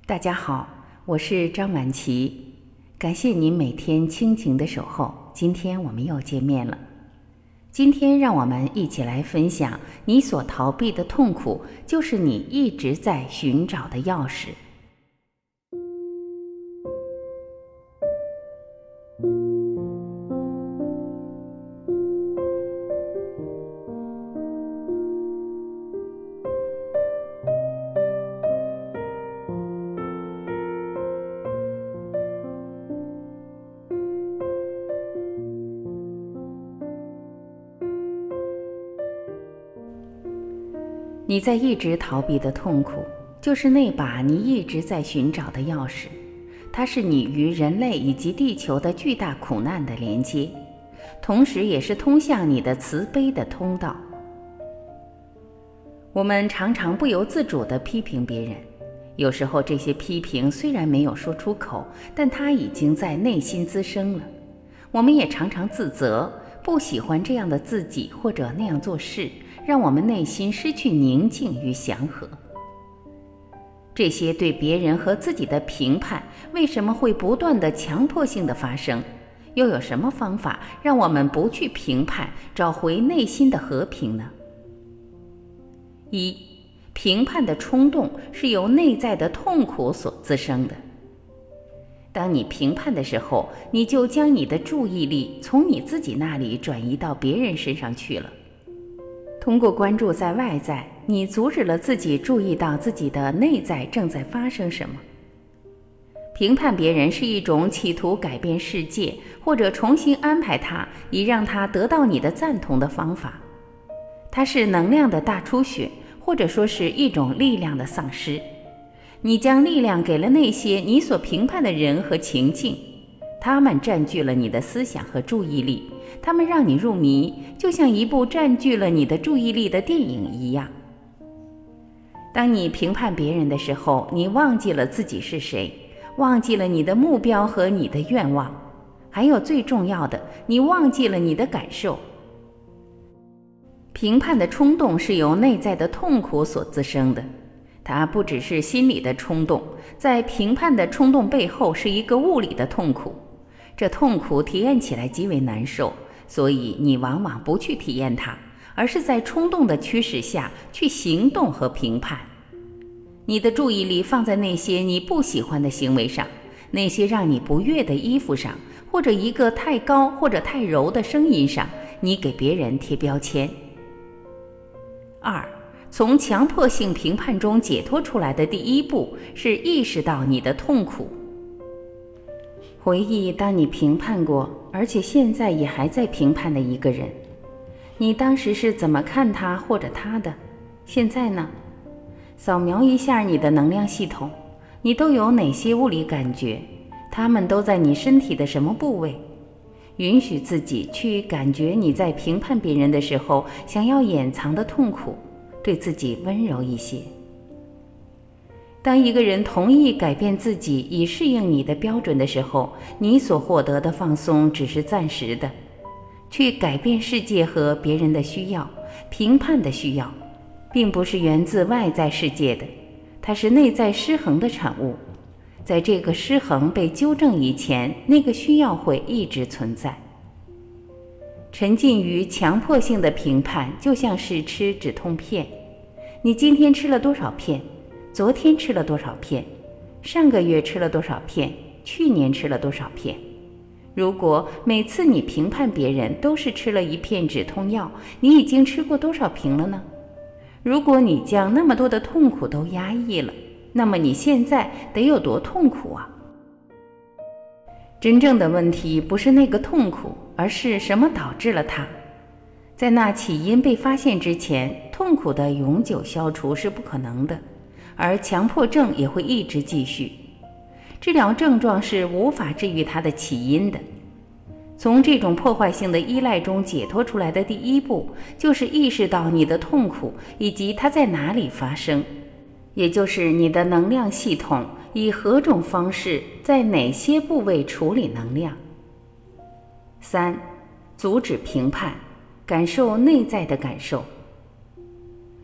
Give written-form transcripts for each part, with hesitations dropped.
大家好，我是张晚琪，感谢您每天亲情的守候。今天我们又见面了。今天让我们一起来分享，你所逃避的痛苦，就是你一直在寻找的钥匙。你在一直逃避的痛苦，就是那把你一直在寻找的钥匙，它是你与人类以及地球的巨大苦难的连接，同时也是通向你的慈悲的通道。我们常常不由自主地批评别人，有时候这些批评虽然没有说出口，但它已经在内心滋生了。我们也常常自责，不喜欢这样的自己或者那样做事，让我们内心失去宁静与祥和。这些对别人和自己的评判，为什么会不断地强迫性地发生？又有什么方法让我们不去评判，找回内心的和平呢？一，评判的冲动是由内在的痛苦所滋生的。当你评判的时候，你就将你的注意力从你自己那里转移到别人身上去了。通过关注在外在，你阻止了自己注意到自己的内在正在发生什么。评判别人是一种企图改变世界，或者重新安排它，以让它得到你的赞同的方法。它是能量的大出血，或者说是一种力量的丧失。你将力量给了那些你所评判的人和情境，他们占据了你的思想和注意力，他们让你入迷，就像一部占据了你的注意力的电影一样。当你评判别人的时候，你忘记了自己是谁，忘记了你的目标和你的愿望，还有最重要的，你忘记了你的感受。评判的冲动是由内在的痛苦所滋生的，它不只是心理的冲动，在评判的冲动背后是一个物理的痛苦，这痛苦体验起来极为难受，所以你往往不去体验它，而是在冲动的驱使下去行动和评判。你的注意力放在那些你不喜欢的行为上，那些让你不悦的衣服上，或者一个太高或者太柔的声音上，你给别人贴标签。二，从强迫性评判中解脱出来的第一步是意识到你的痛苦。回忆当你评判过，而且现在也还在评判的一个人，你当时是怎么看他或者他的？现在呢？扫描一下你的能量系统，你都有哪些物理感觉？它们都在你身体的什么部位？允许自己去感觉你在评判别人的时候想要掩藏的痛苦，对自己温柔一些。当一个人同意改变自己以适应你的标准的时候，你所获得的放松只是暂时的。去改变世界和别人的需要，评判的需要，并不是源自外在世界的，它是内在失衡的产物。在这个失衡被纠正以前，那个需要会一直存在。沉浸于强迫性的评判，就像是吃止痛片。你今天吃了多少片？昨天吃了多少片？上个月吃了多少片？去年吃了多少片？如果每次你评判别人都是吃了一片止痛药，你已经吃过多少瓶了呢？如果你将那么多的痛苦都压抑了，那么你现在得有多痛苦啊？真正的问题不是那个痛苦，而是什么导致了它。在那起因被发现之前，痛苦的永久消除是不可能的，而强迫症也会一直继续。治疗症状是无法治愈它的起因的。从这种破坏性的依赖中解脱出来的第一步，就是意识到你的痛苦以及它在哪里发生，也就是你的能量系统以何种方式在哪些部位处理能量。三，阻止评判，感受内在的感受。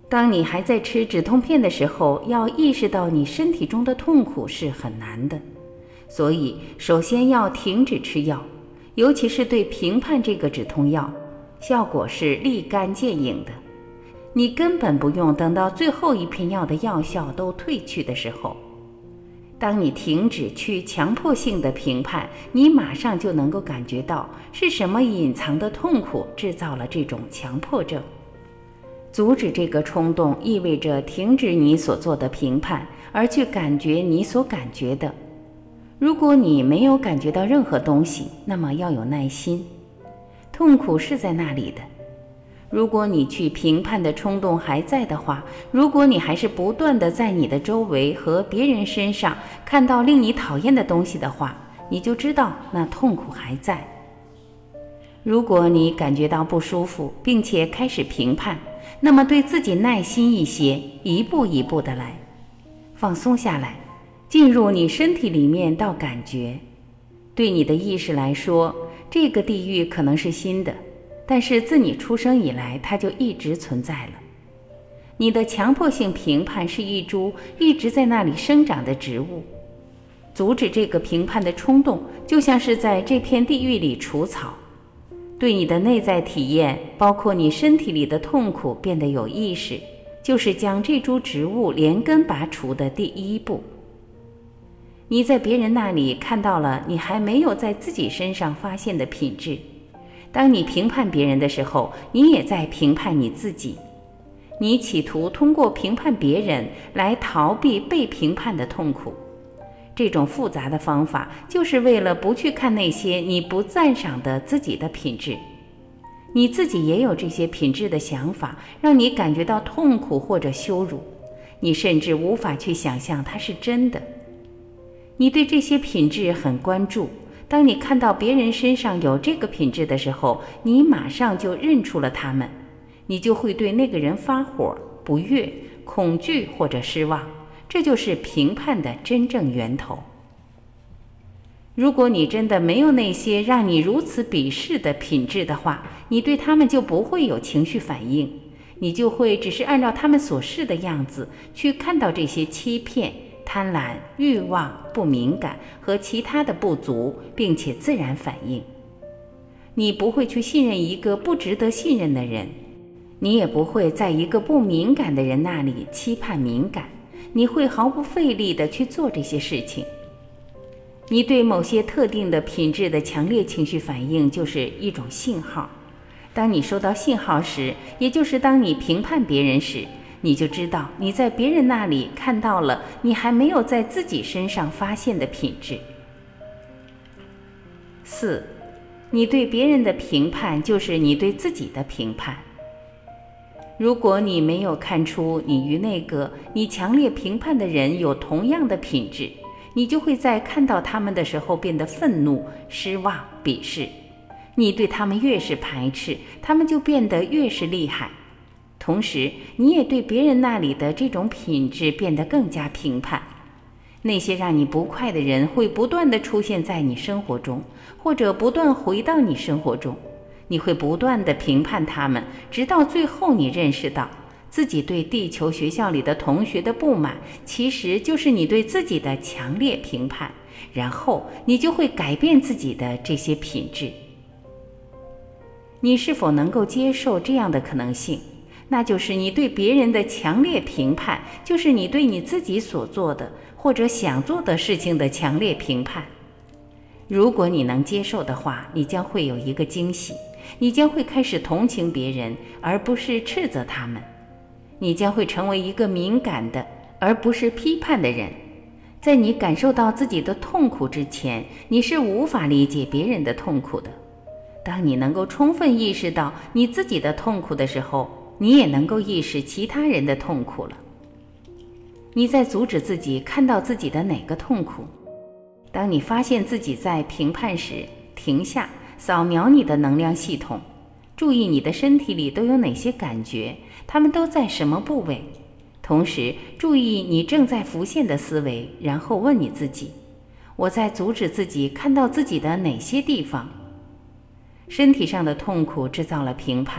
当你还在吃止痛片的时候，要意识到你身体中的痛苦是很难的，所以首先要停止吃药，尤其是对评判这个止痛药，效果是立竿见影的。你根本不用等到最后一片药的药效都退去的时候。当你停止去强迫性的评判，你马上就能够感觉到是什么隐藏的痛苦制造了这种强迫症。阻止这个冲动意味着停止你所做的评判，而去感觉你所感觉的。如果你没有感觉到任何东西，那么要有耐心，痛苦是在那里的。如果你去评判的冲动还在的话，如果你还是不断地在你的周围和别人身上看到令你讨厌的东西的话，你就知道那痛苦还在。如果你感觉到不舒服，并且开始评判，那么对自己耐心一些，一步一步地来，放松下来，进入你身体里面到感觉。对你的意识来说，这个地狱可能是新的，但是自你出生以来，它就一直存在了。你的强迫性评判是一株一直在那里生长的植物。阻止这个评判的冲动，就像是在这片地狱里除草。对你的内在体验，包括你身体里的痛苦变得有意识，就是将这株植物连根拔除的第一步。你在别人那里看到了你还没有在自己身上发现的品质。当你评判别人的时候，你也在评判你自己。你企图通过评判别人来逃避被评判的痛苦。这种复杂的方法就是为了不去看那些你不赞赏的自己的品质。你自己也有这些品质的想法，让你感觉到痛苦或者羞辱，你甚至无法去想象它是真的。你对这些品质很关注，当你看到别人身上有这个品质的时候，你马上就认出了他们，你就会对那个人发火、不悦、恐惧或者失望。这就是评判的真正源头。如果你真的没有那些让你如此鄙视的品质的话，你对他们就不会有情绪反应，你就会只是按照他们所示的样子去看到这些欺骗、贪婪、欲望、不敏感和其他的不足，并且自然反应。你不会去信任一个不值得信任的人，你也不会在一个不敏感的人那里期盼敏感，你会毫不费力地去做这些事情。你对某些特定的品质的强烈情绪反应就是一种信号。当你收到信号时，也就是当你评判别人时，你就知道你在别人那里看到了你还没有在自己身上发现的品质。4. 你对别人的评判就是你对自己的评判。如果你没有看出你与那个你强烈评判的人有同样的品质，你就会在看到他们的时候变得愤怒、失望、鄙视。你对他们越是排斥，他们就变得越是厉害。同时，你也对别人那里的这种品质变得更加评判。那些让你不快的人会不断地出现在你生活中，或者不断回到你生活中。你会不断地评判他们，直到最后你认识到，自己对地球学校里的同学的不满，其实就是你对自己的强烈评判，然后你就会改变自己的这些品质。你是否能够接受这样的可能性？那就是你对别人的强烈评判，就是你对你自己所做的或者想做的事情的强烈评判。如果你能接受的话，你将会有一个惊喜，你将会开始同情别人，而不是斥责他们。你将会成为一个敏感的，而不是批判的人。在你感受到自己的痛苦之前，你是无法理解别人的痛苦的。当你能够充分意识到你自己的痛苦的时候，你也能够意识其他人的痛苦了。你在阻止自己看到自己的哪个痛苦？当你发现自己在评判时，停下，扫描你的能量系统，注意你的身体里都有哪些感觉，它们都在什么部位。同时注意你正在浮现的思维，然后问你自己，我在阻止自己看到自己的哪些地方？身体上的痛苦制造了评判，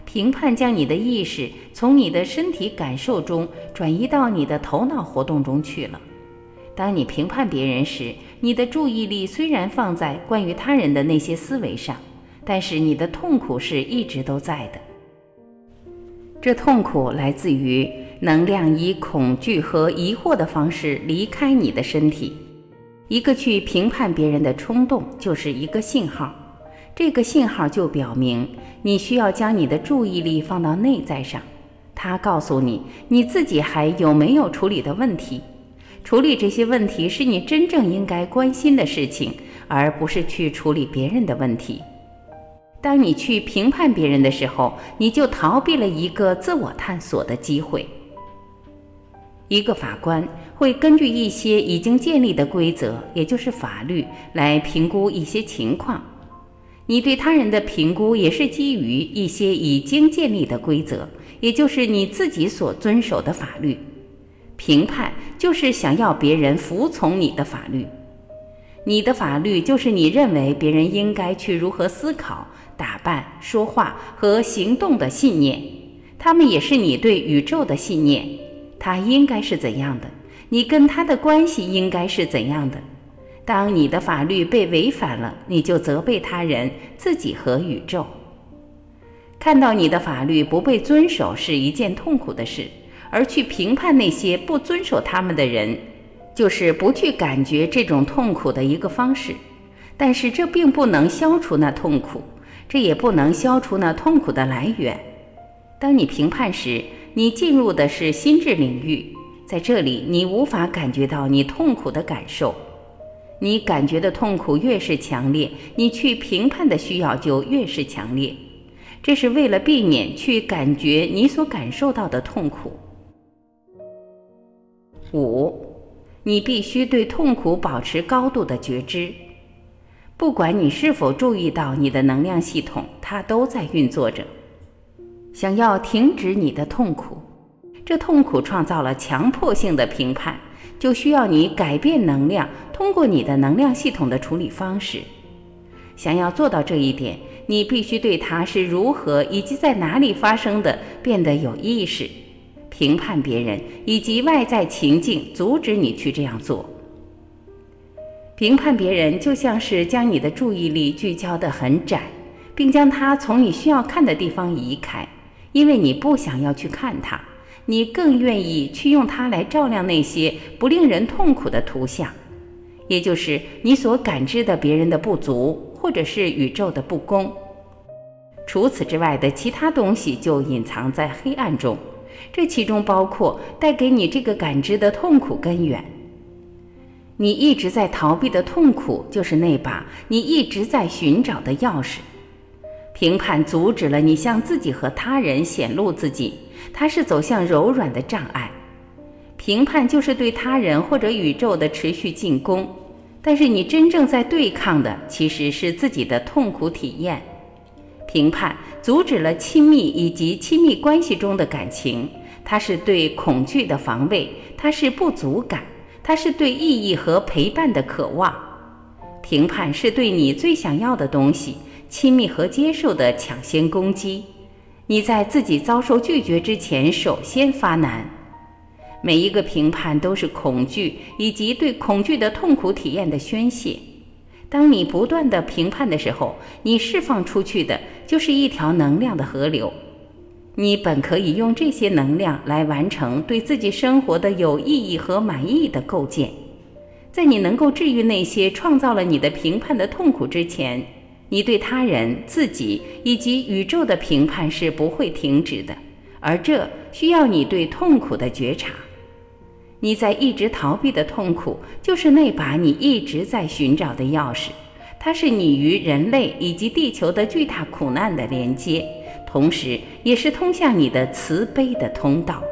评判将你的意识从你的身体感受中转移到你的头脑活动中去了。当你评判别人时，你的注意力虽然放在关于他人的那些思维上，但是你的痛苦是一直都在的。这痛苦来自于能量以恐惧和疑惑的方式离开你的身体。一个去评判别人的冲动就是一个信号，这个信号就表明你需要将你的注意力放到内在上，它告诉你你自己还有没有处理的问题。处理这些问题是你真正应该关心的事情，而不是去处理别人的问题。当你去评判别人的时候，你就逃避了一个自我探索的机会。一个法官会根据一些已经建立的规则，也就是法律，来评估一些情况。你对他人的评估也是基于一些已经建立的规则，也就是你自己所遵守的法律。评判就是想要别人服从你的法律。你的法律就是你认为别人应该去如何思考、打扮、说话和行动的信念，它们也是你对宇宙的信念，它应该是怎样的，你跟它的关系应该是怎样的。当你的法律被违反了，你就责备他人、自己和宇宙。看到你的法律不被遵守是一件痛苦的事，而去评判那些不遵守他们的人，就是不去感觉这种痛苦的一个方式。但是这并不能消除那痛苦，这也不能消除那痛苦的来源。当你评判时，你进入的是心智领域，在这里你无法感觉到你痛苦的感受。你感觉的痛苦越是强烈，你去评判的需要就越是强烈。这是为了避免去感觉你所感受到的痛苦。5. 你必须对痛苦保持高度的觉知。不管你是否注意到你的能量系统，它都在运作着。想要停止你的痛苦，这痛苦创造了强迫性的评判，就需要你改变能量，通过你的能量系统的处理方式。想要做到这一点，你必须对它是如何以及在哪里发生的变得有意识。评判别人以及外在情境阻止你去这样做。评判别人就像是将你的注意力聚焦得很窄，并将它从你需要看的地方移开，因为你不想要去看它，你更愿意去用它来照亮那些不令人痛苦的图像，也就是你所感知的别人的不足，或者是宇宙的不公。除此之外的其他东西就隐藏在黑暗中，这其中包括带给你这个感知的痛苦根源。你一直在逃避的痛苦，就是那把你一直在寻找的钥匙。评判阻止了你向自己和他人显露自己，它是走向柔软的障碍。评判就是对他人或者宇宙的持续进攻，但是你真正在对抗的其实是自己的痛苦体验。评判阻止了亲密以及亲密关系中的感情，它是对恐惧的防卫，它是不足感，它是对意义和陪伴的渴望。评判是对你最想要的东西，亲密和接受的抢先攻击。你在自己遭受拒绝之前首先发难。每一个评判都是恐惧以及对恐惧的痛苦体验的宣泄。当你不断地评判的时候，你释放出去的就是一条能量的河流。你本可以用这些能量来完成对自己生活的有意义和满意的构建。在你能够治愈那些创造了你的评判的痛苦之前，你对他人、自己以及宇宙的评判是不会停止的，而这需要你对痛苦的觉察。你在一直逃避的痛苦，就是那把你一直在寻找的钥匙，它是你与人类以及地球的巨大苦难的连接，同时也是通向你的慈悲的通道。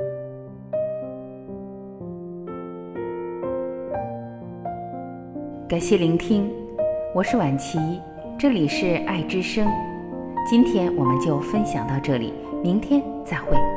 感谢聆听，我是婉琪，这里是爱之声。今天我们就分享到这里，明天再会。